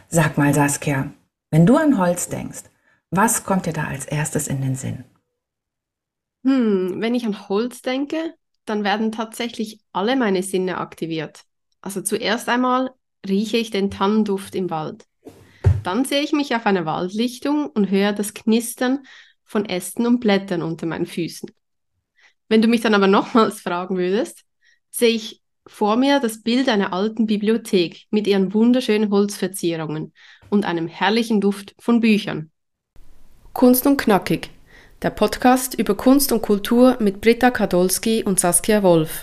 Sag mal, Saskia, wenn du an Holz denkst, was kommt dir da als erstes in den Sinn? Wenn ich an Holz denke, dann werden tatsächlich alle meine Sinne aktiviert. Also zuerst einmal rieche ich den Tannenduft im Wald. Dann sehe ich mich auf einer Waldlichtung und höre das Knistern von Ästen und Blättern unter meinen Füßen. Wenn du mich dann aber nochmals fragen würdest, sehe ich vor mir das Bild einer alten Bibliothek mit ihren wunderschönen Holzverzierungen und einem herrlichen Duft von Büchern. Kunst und Knackig, der Podcast über Kunst und Kultur mit Britta Kadolski und Saskia Wolf.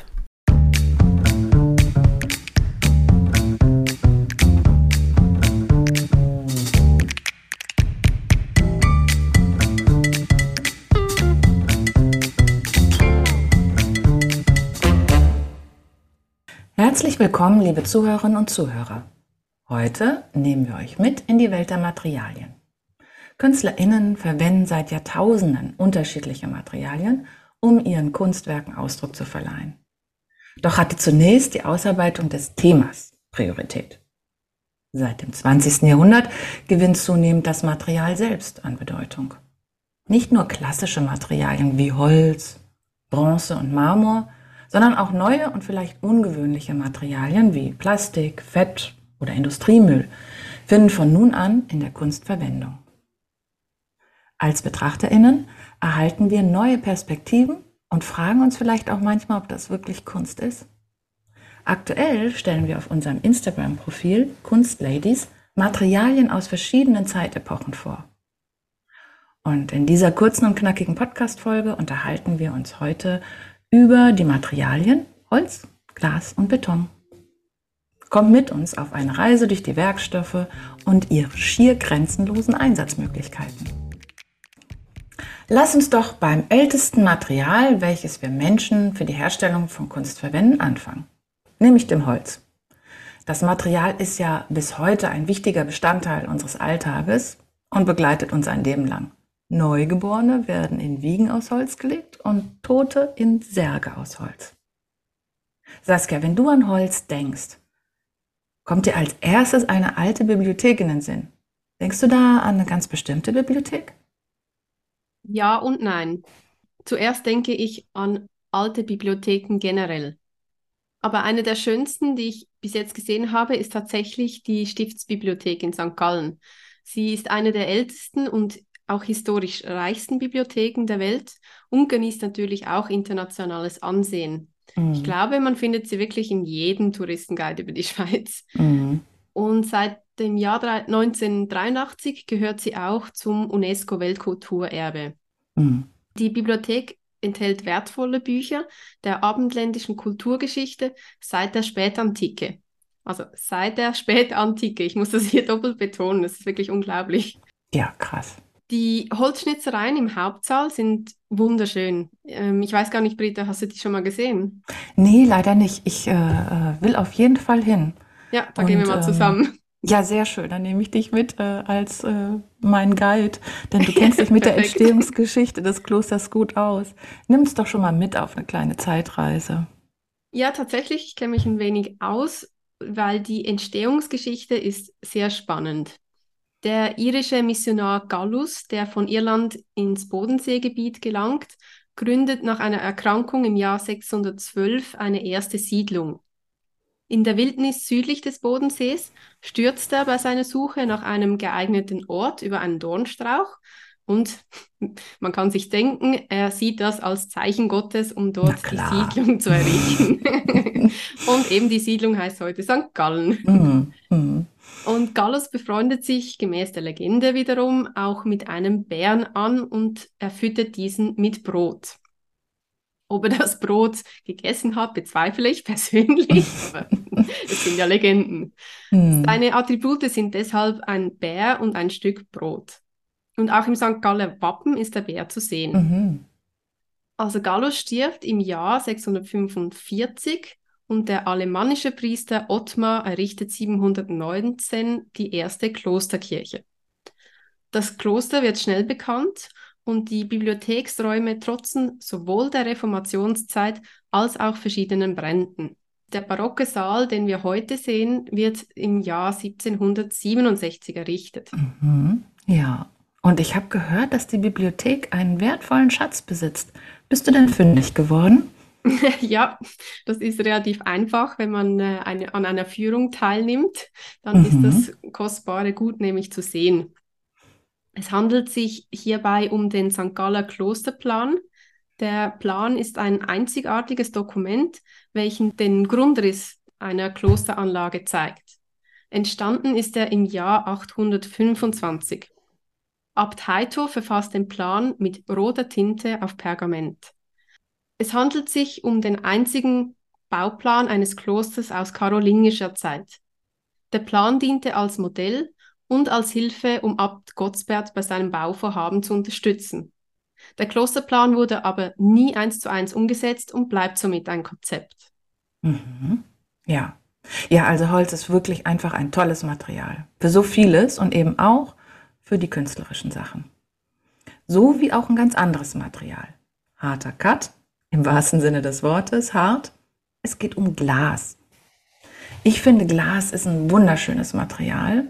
Herzlich willkommen, liebe Zuhörerinnen und Zuhörer. Heute nehmen wir euch mit in die Welt der Materialien. KünstlerInnen verwenden seit Jahrtausenden unterschiedliche Materialien, um ihren Kunstwerken Ausdruck zu verleihen. Doch hatte zunächst die Ausarbeitung des Themas Priorität. Seit dem 20. Jahrhundert gewinnt zunehmend das Material selbst an Bedeutung. Nicht nur klassische Materialien wie Holz, Bronze und Marmor, sondern auch neue und vielleicht ungewöhnliche Materialien wie Plastik, Fett oder Industriemüll finden von nun an in der Kunst Verwendung. Als BetrachterInnen erhalten wir neue Perspektiven und fragen uns vielleicht auch manchmal, ob das wirklich Kunst ist. Aktuell stellen wir auf unserem Instagram-Profil Kunstladies Materialien aus verschiedenen Zeitepochen vor. Und in dieser kurzen und knackigen Podcast-Folge unterhalten wir uns heute über die Materialien Holz, Glas und Beton. Kommt mit uns auf eine Reise durch die Werkstoffe und ihre schier grenzenlosen Einsatzmöglichkeiten. Lass uns doch beim ältesten Material, welches wir Menschen für die Herstellung von Kunst verwenden, anfangen, nämlich dem Holz. Das Material ist ja bis heute ein wichtiger Bestandteil unseres Alltages und begleitet uns ein Leben lang. Neugeborene werden in Wiegen aus Holz gelegt und Tote in Särge aus Holz. Saskia, wenn du an Holz denkst, kommt dir als erstes eine alte Bibliothek in den Sinn. Denkst du da an eine ganz bestimmte Bibliothek? Ja und nein. Zuerst denke ich an alte Bibliotheken generell. Aber eine der schönsten, die ich bis jetzt gesehen habe, ist tatsächlich die Stiftsbibliothek in St. Gallen. Sie ist eine der ältesten und auch historisch reichsten Bibliotheken der Welt und genießt natürlich auch internationales Ansehen. Ich Mhm. glaube, man findet sie wirklich in jedem Touristenguide über die Schweiz. Mhm. Und seit dem Jahr 1983 gehört sie auch zum UNESCO-Weltkulturerbe. Mhm. Die Bibliothek enthält wertvolle Bücher der abendländischen Kulturgeschichte seit der Spätantike. Also seit der Spätantike. Ich muss das hier doppelt betonen, das ist wirklich unglaublich. Ja, krass. Die Holzschnitzereien im Hauptsaal sind wunderschön. Ich weiß gar nicht, Britta, hast du die schon mal gesehen? Nee, leider nicht. Ich will auf jeden Fall hin. Ja, da gehen wir Und mal zusammen. ja, sehr schön. Dann nehme ich dich mit als mein Guide, denn du kennst dich mit der Perfekt. Entstehungsgeschichte des Klosters gut aus. Nimm uns doch schon mal mit auf eine kleine Zeitreise. Ja, tatsächlich, ich kenne mich ein wenig aus, weil die Entstehungsgeschichte ist sehr spannend. Der irische Missionar Gallus, der von Irland ins Bodenseegebiet gelangt, gründet nach einer Erkrankung im Jahr 612 eine erste Siedlung. In der Wildnis südlich des Bodensees stürzt er bei seiner Suche nach einem geeigneten Ort über einen Dornstrauch und man kann sich denken, er sieht das als Zeichen Gottes, um Na dort die klar. Siedlung zu errichten. Und eben die Siedlung heißt heute St. Gallen. Mhm. Mhm. Und Gallus befreundet sich gemäß der Legende wiederum auch mit einem Bären an und er füttert diesen mit Brot. Ob er das Brot gegessen hat, bezweifle ich persönlich, aber es sind ja Legenden. Mhm. Seine Attribute sind deshalb ein Bär und ein Stück Brot. Und auch im St. Galler Wappen ist der Bär zu sehen. Mhm. Also Gallus stirbt im Jahr 645 und der alemannische Priester Ottmar errichtet 719 die erste Klosterkirche. Das Kloster wird schnell bekannt und die Bibliotheksräume trotzen sowohl der Reformationszeit als auch verschiedenen Bränden. Der barocke Saal, den wir heute sehen, wird im Jahr 1767 errichtet. Ja, und ich habe gehört, dass die Bibliothek einen wertvollen Schatz besitzt. Bist du denn fündig geworden? Ja, das ist relativ einfach, wenn man an einer Führung teilnimmt, dann ist Mhm. das kostbare Gut nämlich zu sehen. Es handelt sich hierbei um den St. Galler Klosterplan. Der Plan ist ein einzigartiges Dokument, welchen den Grundriss einer Klosteranlage zeigt. Entstanden ist er im Jahr 825. Abt Heito verfasst den Plan mit roter Tinte auf Pergament. Es handelt sich um den einzigen Bauplan eines Klosters aus karolingischer Zeit. Der Plan diente als Modell und als Hilfe, um Abt Gottsbert bei seinem Bauvorhaben zu unterstützen. Der Klosterplan wurde aber nie eins zu eins umgesetzt und bleibt somit ein Konzept. Mhm. Ja. Ja, also Holz ist wirklich einfach ein tolles Material. Für so vieles und eben auch für die künstlerischen Sachen. So wie auch ein ganz anderes Material. Harter Cut, im wahrsten Sinne des Wortes, hart. Es geht um Glas. Ich finde, Glas ist ein wunderschönes Material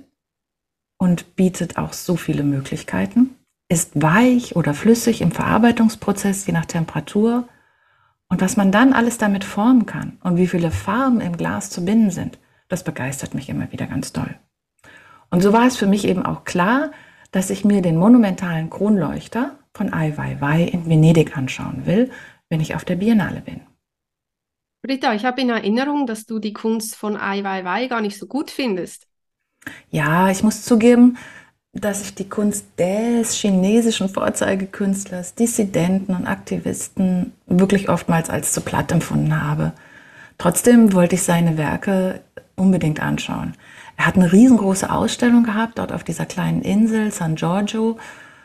und bietet auch so viele Möglichkeiten. Ist weich oder flüssig im Verarbeitungsprozess, je nach Temperatur. Und was man dann alles damit formen kann und wie viele Farben im Glas zu binden sind, das begeistert mich immer wieder ganz doll. Und so war es für mich eben auch klar, dass ich mir den monumentalen Kronleuchter von Ai Weiwei in Venedig anschauen will, wenn ich auf der Biennale bin. Britta, ich habe in Erinnerung, dass du die Kunst von Ai Weiwei gar nicht so gut findest. Ja, ich muss zugeben, dass ich die Kunst des chinesischen Vorzeigekünstlers, Dissidenten und Aktivisten wirklich oftmals als zu platt empfunden habe. Trotzdem wollte ich seine Werke unbedingt anschauen. Er hat eine riesengroße Ausstellung gehabt, dort auf dieser kleinen Insel San Giorgio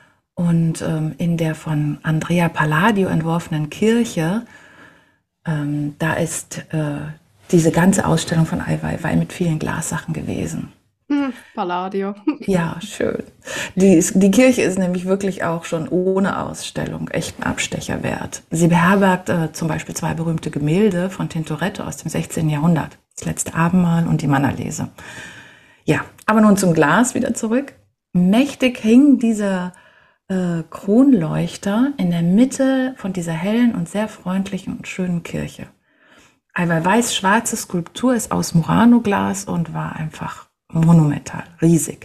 und in der von Andrea Palladio entworfenen Kirche, da ist diese ganze Ausstellung von Ai Weiwei mit vielen Glassachen gewesen. Palladio. Ja, schön. Die Kirche ist nämlich wirklich auch schon ohne Ausstellung echt ein Abstecher wert. Sie beherbergt zum Beispiel zwei berühmte Gemälde von Tintoretto aus dem 16. Jahrhundert. Das letzte Abendmahl und die Mannerlese. Ja, aber nun zum Glas wieder zurück. Mächtig hing dieser Kronleuchter in der Mitte von dieser hellen und sehr freundlichen und schönen Kirche. Eine weiß-schwarze Skulptur ist aus Murano-Glas und war einfach monumental, riesig.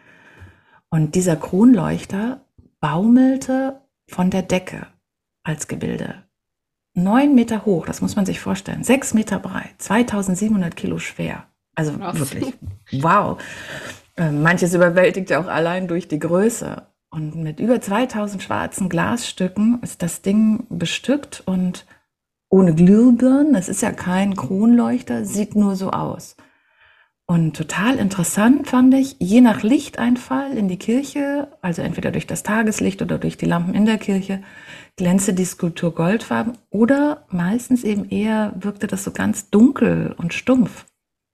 Und dieser Kronleuchter baumelte von der Decke als Gebilde. 9 Meter hoch, das muss man sich vorstellen, 6 Meter breit, 2700 Kilo schwer. Also Krass. wirklich, wow. Manches überwältigt ja auch allein durch die Größe. Und mit über 2000 schwarzen Glasstücken ist das Ding bestückt und ohne Glühbirnen. Es ist ja kein Kronleuchter, sieht nur so aus. Und total interessant fand ich, je nach Lichteinfall in die Kirche, also entweder durch das Tageslicht oder durch die Lampen in der Kirche, glänzte die Skulptur goldfarben oder meistens eben eher wirkte das so ganz dunkel und stumpf.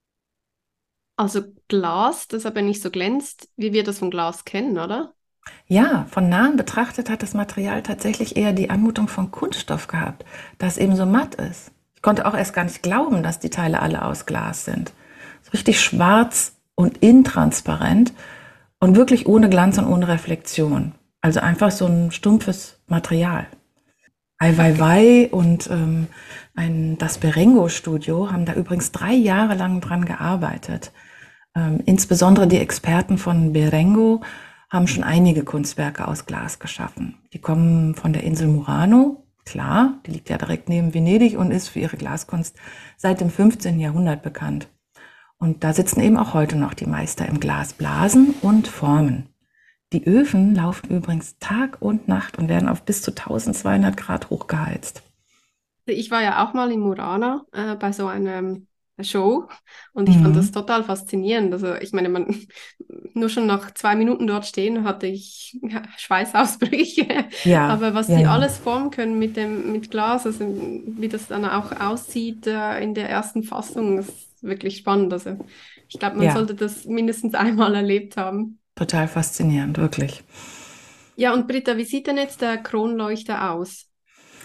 Also Glas, das aber nicht so glänzt, wie wir das von Glas kennen, oder? Ja, von nahem betrachtet hat das Material tatsächlich eher die Anmutung von Kunststoff gehabt, das eben so matt ist. Ich konnte auch erst gar nicht glauben, dass die Teile alle aus Glas sind. So richtig schwarz und intransparent und wirklich ohne Glanz und ohne Reflexion. Also einfach so ein stumpfes Material. Ai Weiwei und das Berengo-Studio haben da übrigens 3 Jahre lang dran gearbeitet. Insbesondere die Experten von Berengo haben schon einige Kunstwerke aus Glas geschaffen. Die kommen von der Insel Murano, klar, die liegt ja direkt neben Venedig und ist für ihre Glaskunst seit dem 15. Jahrhundert bekannt. Und da sitzen eben auch heute noch die Meister im Glas blasen und formen. Die Öfen laufen übrigens Tag und Nacht und werden auf bis zu 1200 Grad hochgeheizt. Ich war ja auch mal in Murana bei so einer Show und ich fand das Mhm. total faszinierend. Also ich meine, nur schon nach 2 Minuten dort stehen hatte ich ja, Schweißausbrüche. Ja, Aber was ja, die ja, alles formen können mit Glas, also wie das dann auch aussieht in der ersten Fassung, ist wirklich spannend. Also ich glaube, man ja, sollte das mindestens einmal erlebt haben. total faszinierend, wirklich. Ja, und Britta, wie sieht denn jetzt der Kronleuchter aus?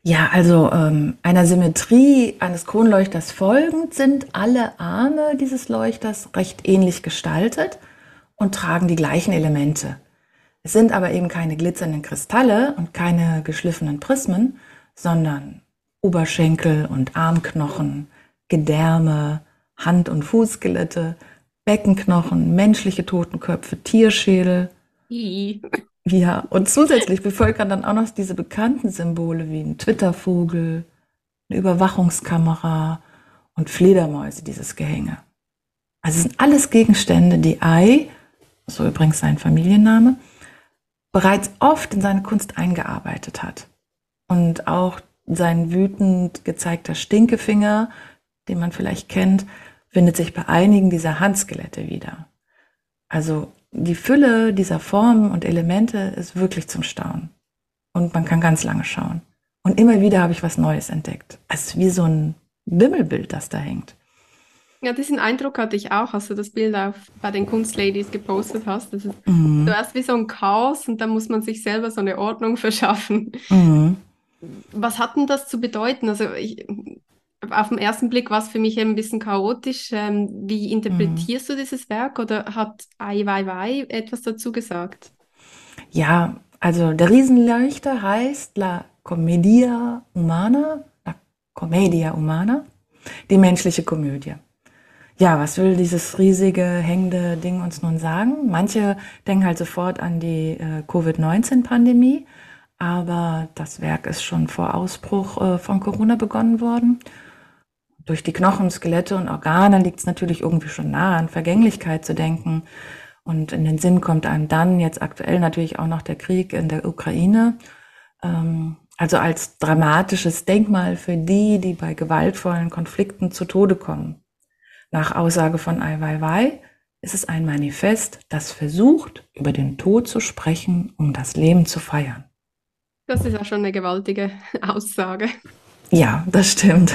Ja, also einer Symmetrie eines Kronleuchters folgend sind alle Arme dieses Leuchters recht ähnlich gestaltet und tragen die gleichen Elemente. Es sind aber eben keine glitzernden Kristalle und keine geschliffenen Prismen, sondern Oberschenkel und Armknochen, Gedärme, Hand- und Fußskelette, Beckenknochen, menschliche Totenköpfe, Tierschädel. I. Ja, und zusätzlich bevölkern dann auch noch diese bekannten Symbole wie ein Twittervogel, eine Überwachungskamera und Fledermäuse dieses Gehänge. Also es sind alles Gegenstände, die Ai, so übrigens sein Familienname, bereits oft in seine Kunst eingearbeitet hat. Und auch sein wütend gezeigter Stinkefinger, den man vielleicht kennt, findet sich bei einigen dieser Handskelette wieder. Also die Fülle dieser Formen und Elemente ist wirklich zum Staunen. Und man kann ganz lange schauen. Und immer wieder habe ich was Neues entdeckt. Es ist wie so ein Wimmelbild, das da hängt. Ja, diesen Eindruck hatte ich auch, als du das Bild bei den Kunstladies gepostet hast. Das ist Mhm. zuerst wie so ein Chaos und dann muss man sich selber so eine Ordnung verschaffen. Mhm. Was hat denn das zu bedeuten? Auf den ersten Blick war es für mich eben ein bisschen chaotisch. Wie Mhm. interpretierst du dieses Werk oder hat Ai Weiwei etwas dazu gesagt? Ja, also der Riesenleuchter heißt La Commedia Humana, die menschliche Komödie. Ja, was will dieses riesige, hängende Ding uns nun sagen? Manche denken halt sofort an die Covid-19-Pandemie, aber das Werk ist schon vor Ausbruch von Corona begonnen worden. Durch die Knochen, Skelette und Organe liegt es natürlich irgendwie schon nahe, an Vergänglichkeit zu denken. Und in den Sinn kommt einem dann jetzt aktuell natürlich auch noch der Krieg in der Ukraine. Also als dramatisches Denkmal für die, die bei gewaltvollen Konflikten zu Tode kommen. Nach Aussage von Ai Weiwei ist es ein Manifest, das versucht, über den Tod zu sprechen, um das Leben zu feiern. Das ist auch schon eine gewaltige Aussage. Ja, das stimmt.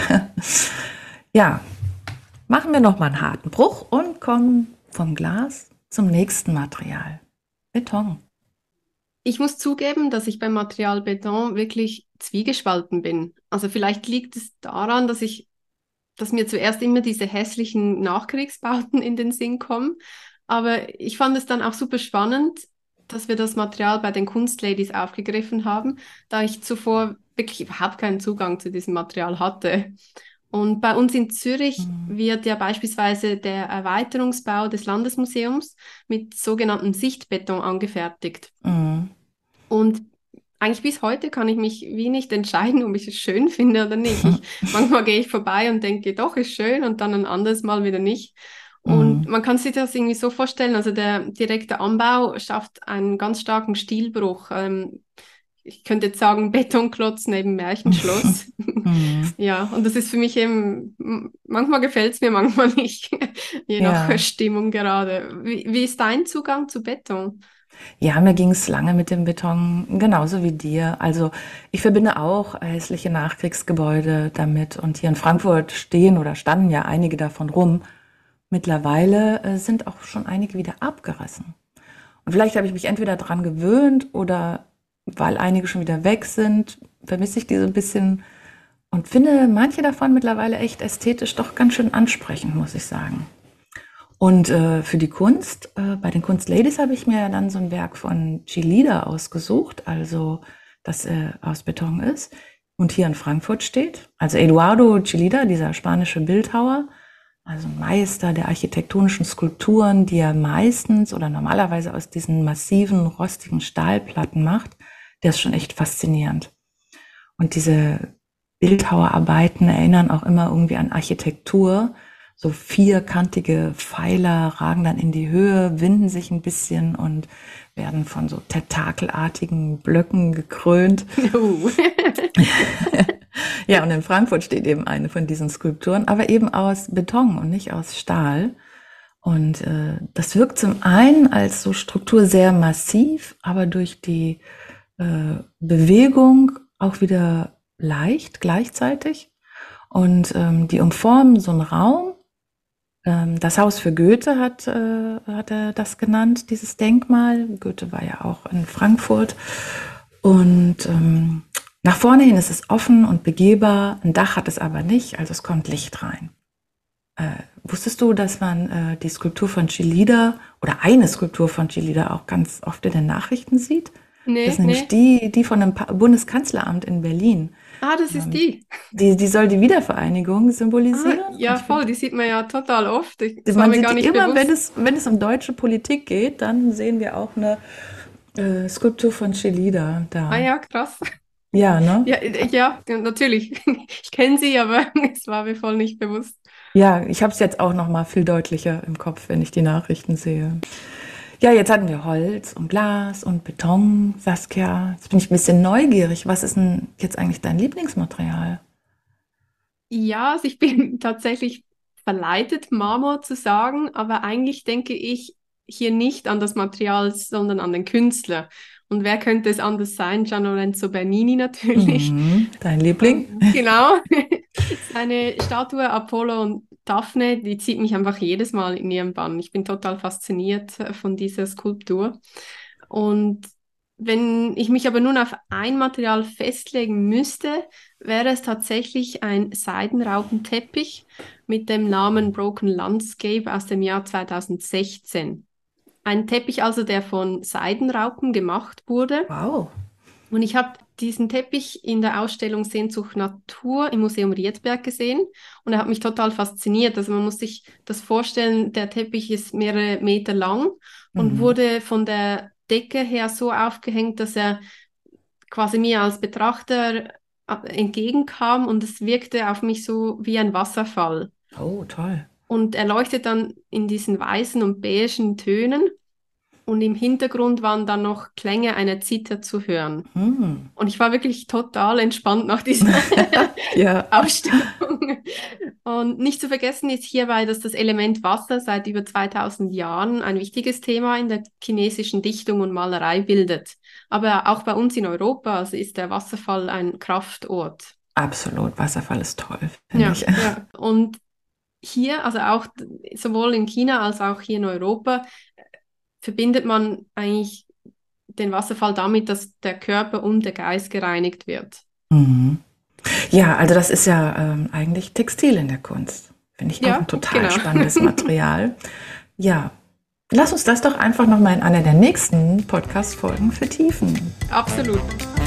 Ja, machen wir noch mal einen harten Bruch und kommen vom Glas zum nächsten Material. Beton. Ich muss zugeben, dass ich beim Material Beton wirklich zwiegespalten bin. Also vielleicht liegt es daran, dass mir zuerst immer diese hässlichen Nachkriegsbauten in den Sinn kommen. Aber ich fand es dann auch super spannend, dass wir das Material bei den Kunstladies aufgegriffen haben, da ich zuvor wirklich überhaupt keinen Zugang zu diesem Material hatte. Und bei uns in Zürich wird ja beispielsweise der Erweiterungsbau des Landesmuseums mit sogenanntem Sichtbeton angefertigt. Mhm. Und eigentlich bis heute kann ich mich wie nicht entscheiden, ob ich es schön finde oder nicht. Manchmal gehe ich vorbei und denke, doch, ist schön und dann ein anderes Mal wieder nicht. Und Mhm. man kann sich das irgendwie so vorstellen, also der direkte Anbau schafft einen ganz starken Stilbruch. Ich könnte jetzt sagen, Betonklotz neben Märchenschloss. Mhm. Ja, und das ist für mich eben, manchmal gefällt es mir, manchmal nicht, je nach Ja. Stimmung gerade. Wie ist dein Zugang zu Beton? Ja, mir ging es lange mit dem Beton genauso wie dir. Also ich verbinde auch hässliche Nachkriegsgebäude damit. Und hier in Frankfurt stehen oder standen ja einige davon rum. Mittlerweile sind auch schon einige wieder abgerissen. Und vielleicht habe ich mich entweder dran gewöhnt oder weil einige schon wieder weg sind, vermisse ich die so ein bisschen und finde manche davon mittlerweile echt ästhetisch doch ganz schön ansprechend, muss ich sagen. Und für die Kunst, bei den Kunstladies habe ich mir dann so ein Werk von Chillida ausgesucht, also das aus Beton ist und hier in Frankfurt steht. Also Eduardo Chillida, dieser spanische Bildhauer, also Meister der architektonischen Skulpturen, die er meistens oder normalerweise aus diesen massiven, rostigen Stahlplatten macht, der ist schon echt faszinierend. Und diese Bildhauerarbeiten erinnern auch immer irgendwie an Architektur. So vierkantige Pfeiler ragen dann in die Höhe, winden sich ein bisschen und werden von so tentakelartigen Blöcken gekrönt. Ja, und in Frankfurt steht eben eine von diesen Skulpturen, aber eben aus Beton und nicht aus Stahl. Und das wirkt zum einen als so Struktur sehr massiv, aber durch die Bewegung auch wieder leicht gleichzeitig. Und die umformen so einen Raum. Das Haus für Goethe hat er das genannt, dieses Denkmal. Goethe war ja auch in Frankfurt. Und Nach vorne hin ist es offen und begehbar, ein Dach hat es aber nicht, also es kommt Licht rein. Wusstest du, dass man die Skulptur von Chillida oder eine Skulptur von Chillida auch ganz oft in den Nachrichten sieht? Das ist nämlich die von dem Bundeskanzleramt in Berlin. Ah, das ist die. Die soll die Wiedervereinigung symbolisieren. Ja, voll, die sieht man ja total oft. Das war Man mir sieht gar die nicht immer, bewusst. wenn es um deutsche Politik geht, dann sehen wir auch eine Skulptur von Chillida da. Ah ja, krass. Ja, ne? Ja, natürlich. Ich kenne sie, aber es war mir voll nicht bewusst. Ja, ich habe es jetzt auch noch mal viel deutlicher im Kopf, wenn ich die Nachrichten sehe. Ja, jetzt hatten wir Holz und Glas und Beton, Saskia. Jetzt bin ich ein bisschen neugierig. Was ist denn jetzt eigentlich dein Lieblingsmaterial? Ja, also ich bin tatsächlich verleitet, Marmor zu sagen, aber eigentlich denke ich hier nicht an das Material, sondern an den Künstler. Und wer könnte es anders sein? Gian Lorenzo Bernini natürlich. Dein Liebling? Genau. Seine Statue Apollo und Daphne, die zieht mich einfach jedes Mal in ihren Bann. Ich bin total fasziniert von dieser Skulptur. Und wenn ich mich aber nun auf ein Material festlegen müsste, wäre es tatsächlich ein Seidenraupenteppich mit dem Namen Broken Landscape aus dem Jahr 2016. Ein Teppich also, der von Seidenraupen gemacht wurde. Wow. Und ich habe diesen Teppich in der Ausstellung Sehnsucht Natur im Museum Riedberg gesehen und er hat mich total fasziniert. Also man muss sich das vorstellen, der Teppich ist mehrere Meter lang und wurde von der Decke her so aufgehängt, dass er quasi mir als Betrachter entgegenkam und es wirkte auf mich so wie ein Wasserfall. Oh, toll. Und er leuchtet dann in diesen weißen und beigen Tönen. Und im Hintergrund waren dann noch Klänge einer Zither zu hören. Und ich war wirklich total entspannt nach dieser Ja. Ausstellung. Und nicht zu vergessen ist hierbei, dass das Element Wasser seit über 2000 Jahren ein wichtiges Thema in der chinesischen Dichtung und Malerei bildet. Aber auch bei uns in Europa, also ist der Wasserfall ein Kraftort. Absolut. Wasserfall ist toll, finde ich. Ja. Und hier, also auch sowohl in China als auch hier in Europa, verbindet man eigentlich den Wasserfall damit, dass der Körper und der Geist gereinigt wird. Ja, also das ist ja eigentlich Textil in der Kunst. Finde ich auch ein total spannendes Material. Ja, lass uns das doch einfach nochmal in einer der nächsten Podcast-Folgen vertiefen. Absolut.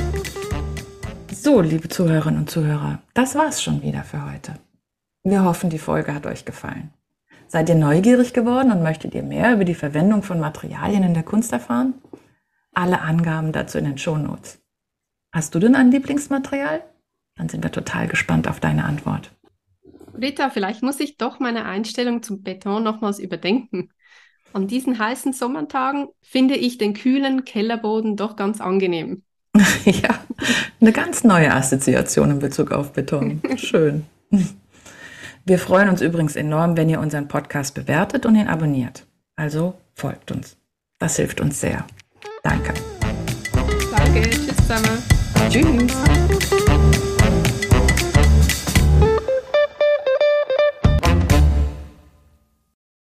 So, liebe Zuhörerinnen und Zuhörer, das war's schon wieder für heute. Wir hoffen, die Folge hat euch gefallen. Seid ihr neugierig geworden und möchtet ihr mehr über die Verwendung von Materialien in der Kunst erfahren? Alle Angaben dazu in den Shownotes. Hast du denn ein Lieblingsmaterial? Dann sind wir total gespannt auf deine Antwort. Rita, vielleicht muss ich doch meine Einstellung zum Beton nochmals überdenken. An diesen heißen Sommertagen finde ich den kühlen Kellerboden doch ganz angenehm. Ja, eine ganz neue Assoziation in Bezug auf Beton. Schön. Wir freuen uns übrigens enorm, wenn ihr unseren Podcast bewertet und ihn abonniert. Also folgt uns. Das hilft uns sehr. Danke. Danke, tschüss zusammen. Tschüss.